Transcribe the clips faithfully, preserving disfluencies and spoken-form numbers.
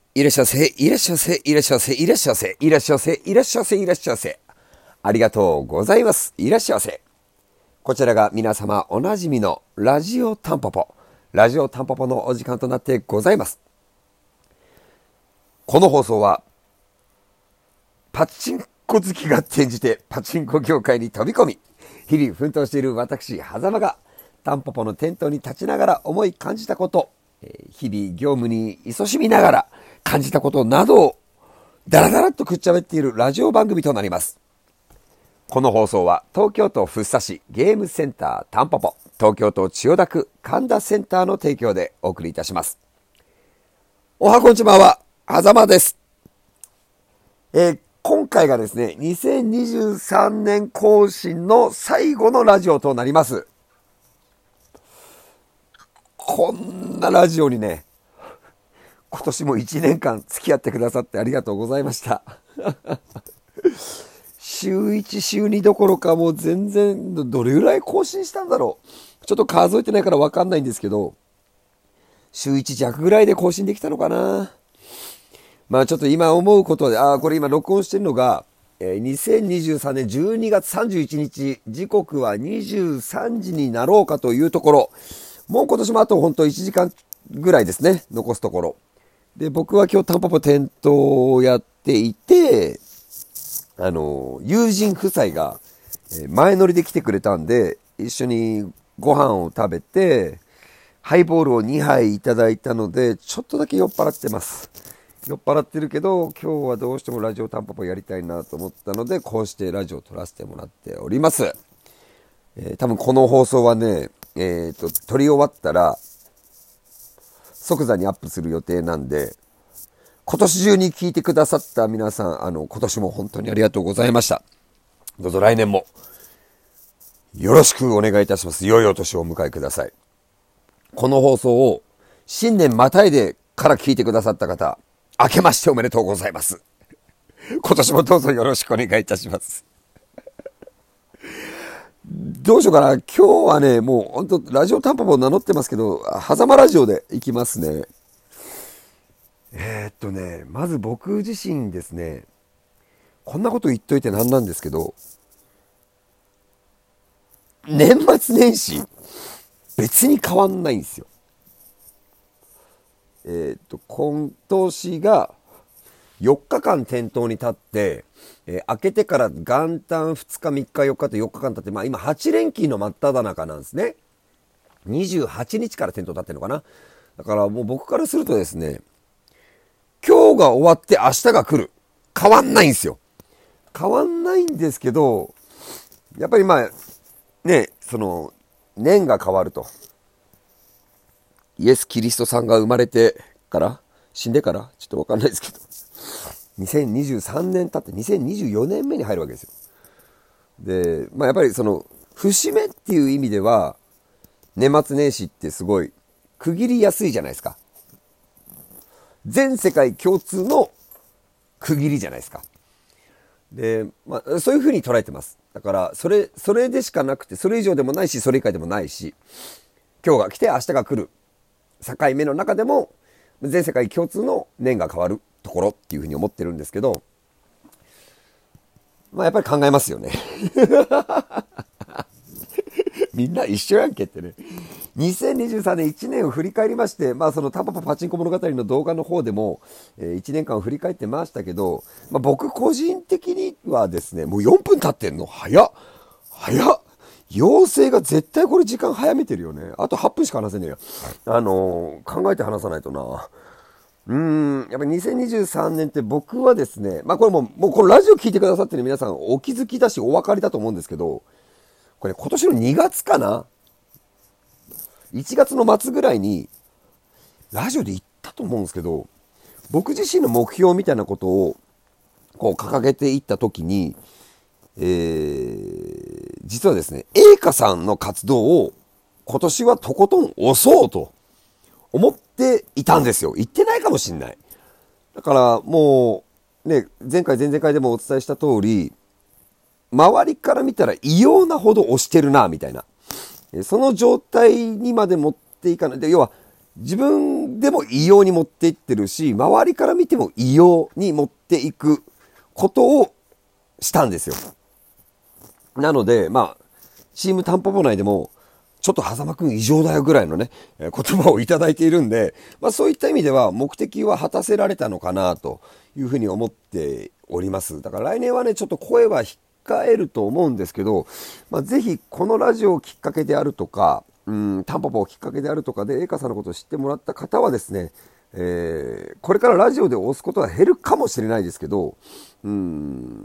いらっしゃいませ、いらっしゃいませ、いらっしゃいませ、いらっしゃいませ、いらっしゃいませ、いらっしゃいませ、いらっしゃいませ。ありがとうございます。いらっしゃいませ。こちらが皆様おなじみのラジオタンポポ。ラジオタンポポのお時間となってございます。この放送は、パチンコ好きが転じてパチンコ業界に飛び込み、日々奮闘している私、狭間が、タンポポの店頭に立ちながら思い感じたこと、日々業務に勤しみながら感じたことなどをダラダラっとくっちゃべっているラジオ番組となります。この放送は東京都福生市ゲームセンタータンポポ、東京都千代田区神田センターの提供でお送りいたします。おはこんちまは、狭間です。えー、今回がですね、にせんにじゅうさんねん更新の最後のラジオとなります。こんなラジオにね、今年もいちねんかん付き合ってくださってありがとうございました。週いち、週にどころかもう全然どれぐらい更新したんだろう。ちょっと数えてないから分かんないんですけど、週いち弱ぐらいで更新できたのかな。まあちょっと今思うことで、ああ、これ今録音してるのが、えー、にせんにじゅうさんねんじゅうにがつさんじゅういちにち、時刻はにじゅうさんじになろうかというところ、もう今年もあとほんといちじかんぐらいですね、残すところ。で、僕は今日タンポポ店頭をやっていて、あの、友人夫妻が前乗りで来てくれたんで、一緒にご飯を食べて、ハイボールをにはいいただいたので、ちょっとだけ酔っ払ってます。酔っ払ってるけど、今日はどうしてもラジオタンポポやりたいなと思ったので、こうしてラジオを撮らせてもらっております。えー、多分この放送はね、えっと、撮り終わったら、即座にアップする予定なんで、今年中に聞いてくださった皆さん、あの、今年も本当にありがとうございました。どうぞ来年も、よろしくお願いいたします。良いお年をお迎えください。この放送を、新年またいでから聞いてくださった方、明けましておめでとうございます。今年もどうぞよろしくお願いいたします。どうしようかな。今日はね、もう本当ラジオタンポポ名乗ってますけど、狭間ラジオで行きますね。えー、っとね、まず僕自身ですね、こんなこと言っといてなんなんですけど、年末年始、別に変わんないんですよ。えー、っと、今年がよっかかん店頭に立って、えー、明けてから元旦ふつかみっかよっかとよっかかん経って、まあ今はち連休の真っ只中なんですね。にじゅうはちにちから店頭立ってるのかな。だからもう僕からするとですね、今日が終わって明日が来る。変わんないんですよ。変わんないんですけど、やっぱりまあ、ね、その、年が変わると。イエス・キリストさんが生まれてから死んでからちょっとわかんないですけど。にせんにじゅうさんねん経ってにせんにじゅうよねんめに入るわけですよ。で、まあやっぱりその、節目っていう意味では、年末年始ってすごい区切りやすいじゃないですか。全世界共通の区切りじゃないですか。で、まあ、そういう風に捉えてます。だから、それ、それでしかなくて、それ以上でもないし、それ以下でもないし、今日が来て明日が来る境目の中でも、全世界共通の年が変わるところっていう風に思ってるんですけど、まあやっぱり考えますよね。みんな一緒やんけってね。にせんにじゅうさんねんいちねんを振り返りまして、まあそのタンポポパチンコ物語の動画の方でも、えー、いちねんかんを振り返ってましたけど、まあ僕個人的にはですね、もうよんぷん経ってんの早っ早っ妖精が絶対これ時間早めてるよね。あとはっぷんしか話せねえよ。あのー、考えて話さないとな。うーん、やっぱりにせんにじゅうさんねんって僕はですね、まあこれもう、もうこのラジオ聞いてくださってる皆さんお気づきだしお分かりだと思うんですけど、これ今年のにがつかないちがつの末ぐらいにラジオで言ったと思うんですけど、僕自身の目標みたいなことをこう掲げていった時に、えー、実はですね、栄華さんの活動を今年はとことん押そうと思っていたんですよ。言ってないかもしんない。だからもうね、前回前々回でもお伝えした通り、周りから見たら異様なほど押してるなみたいな、その状態にまで持っていかないで、要は自分でも異様に持っていってるし、周りから見ても異様に持っていくことをしたんですよ。なので、まあ、チームタンポポ内でも、ちょっと狭間くん異常だよぐらいのね、言葉をいただいているんで、まあそういった意味では目的は果たせられたのかなというふうに思っております。だから来年はね、ちょっと声は控えると思うんですけど、まあぜひこのラジオをきっかけであるとか、うん、タンポポをきっかけであるとかで、エイカさんのことを知ってもらった方はですね、えー、これからラジオで押すことは減るかもしれないですけど、うん、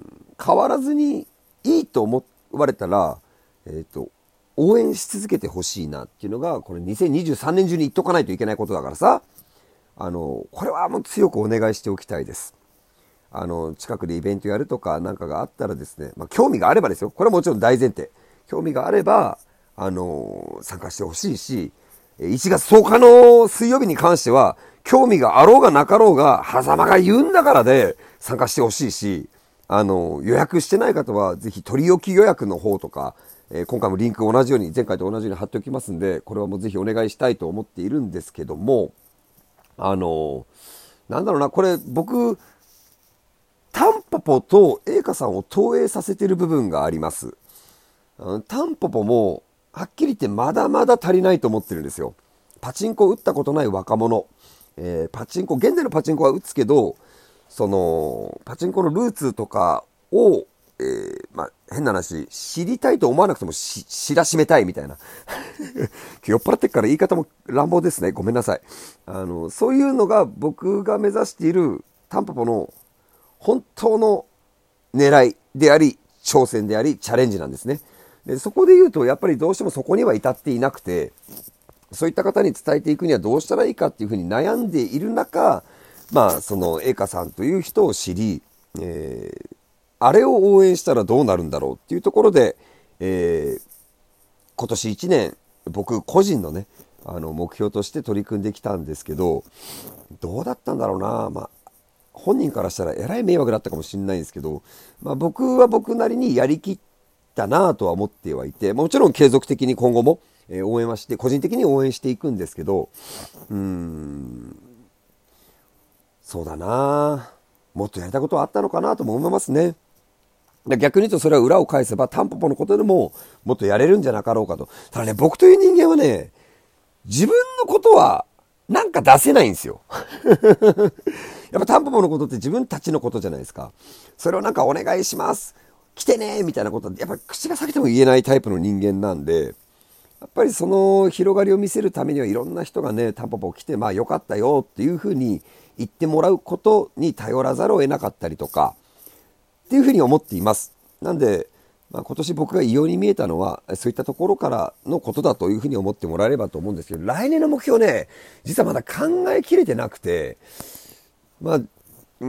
変わらずにいいと思われたら、えっと、応援し続けてほしいなっていうのが、これにせんにじゅうさんねん中に言っとかないといけないことだからさ、あの、これはもう強くお願いしておきたいです。あの、近くでイベントやるとかなんかがあったらですね、まあ興味があればですよ。これはもちろん大前提。興味があれば、あの、参加してほしいし、いちがつとおかの水曜日に関しては、興味があろうがなかろうが、狭間が言うんだからで参加してほしいし、あの、予約してない方は、ぜひ取り置き予約の方とか、えー、今回もリンク同じように、前回と同じように貼っておきますんで、これはもうぜひお願いしたいと思っているんですけども、あの、なんだろうな、これ僕、タンポポとエイカさんを投影させてる部分があります。タンポポも、はっきり言ってまだまだ足りないと思ってるんですよ。パチンコ打ったことない若者。えー、パチンコ、現代のパチンコは打つけど、その、パチンコのルーツとかを、えー、まあ、変な話、知りたいと思わなくてもし知らしめたいみたいな。酔っ払ってっから言い方も乱暴ですね。ごめんなさい。あの、そういうのが僕が目指しているタンポポの本当の狙いであり、挑戦であり、チャレンジなんですね。でそこで言うと、やっぱりどうしてもそこには至っていなくて、そういった方に伝えていくにはどうしたらいいかっていうふうに悩んでいる中、まあ、その、エイカさんという人を知り、えー、あれを応援したらどうなるんだろうっていうところで、えー、今年いちねん、僕個人のね、あの、目標として取り組んできたんですけど、どうだったんだろうな、まあ、本人からしたらえらい迷惑だったかもしれないんですけど、まあ僕は僕なりにやりきったなとは思ってはいて、もちろん継続的に今後も応援はして、個人的に応援していくんですけど、うーん、そうだな、もっとやりたいことはあったのかなとも思いますね。逆に言うとそれは裏を返せばタンポポのことでももっとやれるんじゃなかろうかと。ただね、僕という人間はね、自分のことはなんか出せないんですよ。やっぱタンポポのことって自分たちのことじゃないですか。それをなんかお願いします。来てねみたいなことってやっぱり口が裂けても言えないタイプの人間なんで、やっぱりその広がりを見せるためにはいろんな人がね、タンポポ来てまあよかったよっていうふうに言ってもらうことに頼らざるを得なかったりとかっていうふうに思っています。なんで、まあ、今年僕が異様に見えたのはそういったところからのことだというふうに思ってもらえればと思うんですけど、来年の目標ね、実はまだ考えきれてなくて、まあ、うん、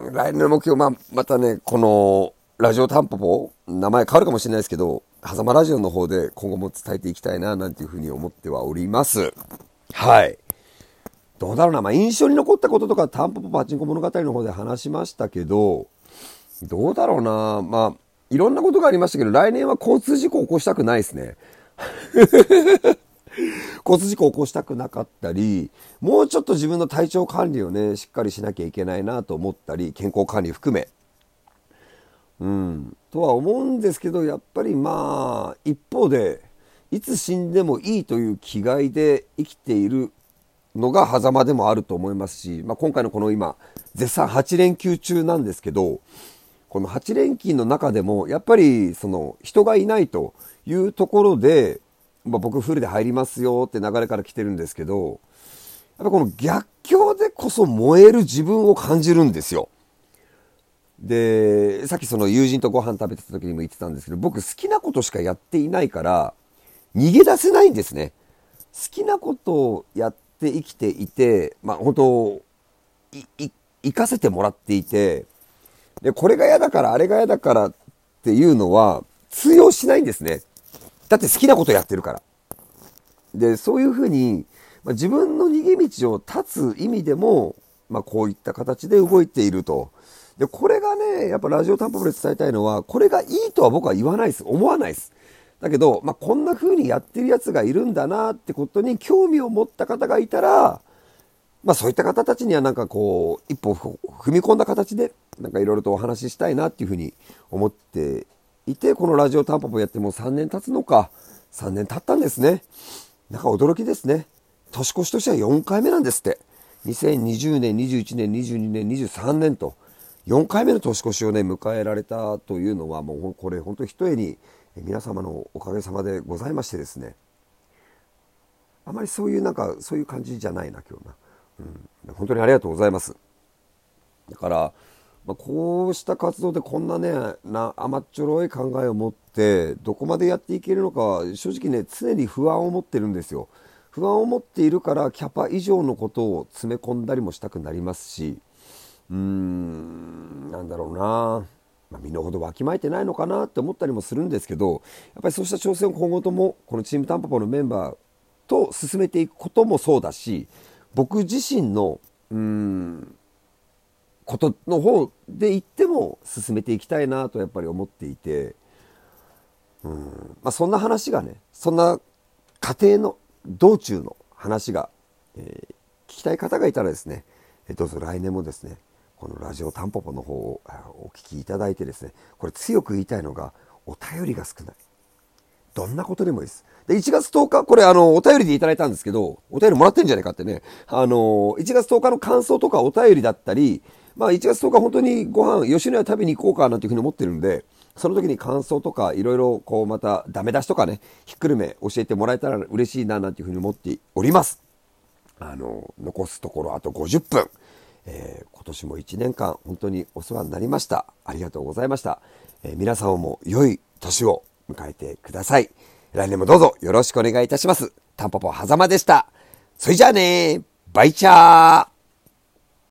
来年の目標、まあ、またね、このラジオタンポポ、名前変わるかもしれないですけど、狭間ラジオの方で今後も伝えていきたいな、なんていうふうに思ってはおります。はい。どうだろうな、まあ、印象に残ったこととか、タンポポパチンコ物語の方で話しましたけど、どうだろうな、まあ、いろんなことがありましたけど、来年は交通事故を起こしたくないですね。交通事故を起こしたくなかったり、もうちょっと自分の体調管理をね、しっかりしなきゃいけないなと思ったり、健康管理含め。うん、とは思うんですけど、やっぱりまあ、一方で、いつ死んでもいいという気概で生きているのが狭間でもあると思いますし、まあ、今回のこの今、絶賛はち連休中なんですけど、このはち連勤の中でも、やっぱりその人がいないというところで、まあ、僕フルで入りますよって流れから来てるんですけど、やっぱこの逆境でこそ燃える自分を感じるんですよ。で、さっきその友人とご飯食べてた時にも言ってたんですけど、僕好きなことしかやっていないから逃げ出せないんですね。好きなことをやって生きていて、まあ本当いい生かせてもらっていて、でこれが嫌だからあれが嫌だからっていうのは通用しないんですね。だって好きなことやってるから。でそういうふうに、まあ、自分の逃げ道を断つ意味でも、まあ、こういった形で動いていると。でこれがね、やっぱラジオタンポポで伝えたいのは、これがいいとは僕は言わないです。思わないです。だけど、まあ、こんな風にやってるやつがいるんだなってことに興味を持った方がいたら、 まあそういった方たちにはなんかこう、一歩踏み込んだ形で、なんかいろいろとお話ししたいなっていうふうに思っていて、このラジオタンポポやってもうさんねん経つのか、さんねん経ったんですね。なんか驚きですね。年越しとしてはよんかいめなんですって。にせんにじゅうねん、にじゅういちねん、にじゅうにねん、にじゅうさんねんと、よんかいめの年越しをね、迎えられたというのは、もうこれ本当ひとえに皆様のおかげさまでございましてですね。あまりそういうなんか、そういう感じじゃないな、今日な。うん、本当にありがとうございます。だから、まあ、こうした活動でこんなねな甘っちょろい考えを持ってどこまでやっていけるのか正直ね常に不安を持ってるんですよ。不安を持っているからキャパ以上のことを詰め込んだりもしたくなりますし、うーんなんだろうな、まあ、身の程わきまえてないのかなって思ったりもするんですけど、やっぱりそうした挑戦を今後ともこのチームタンポポのメンバーと進めていくこともそうだし、僕自身のうーんことの方で言っても進めていきたいなとやっぱり思っていて、うん、まあ、そんな話がね、そんな家庭の道中の話が、えー、聞きたい方がいたらですね、どうぞ来年もですねこのラジオタンポポの方をお聞きいただいてですね、これ強く言いたいのがお便りが少ない。どんなことでもいいです。で、いちがつとおか、これあの、お便りでいただいたんですけど、お便りもらってんじゃないかってね。あの、いちがつとおかの感想とかお便りだったり、まあいちがつとおか本当にご飯、吉野家食べに行こうかなんていうふうに思ってるんで、その時に感想とかいろいろこうまたダメ出しとかね、ひっくるめ教えてもらえたら嬉しいななんていうふうに思っております。あの、残すところあとごじゅっぷん。えー、今年もいちねんかん本当にお世話になりました。ありがとうございました。えー、皆様も良い年を迎えてください。来年もどうぞよろしくお願いいたします。タンポポはざまでした。それじゃあね、バイチャー。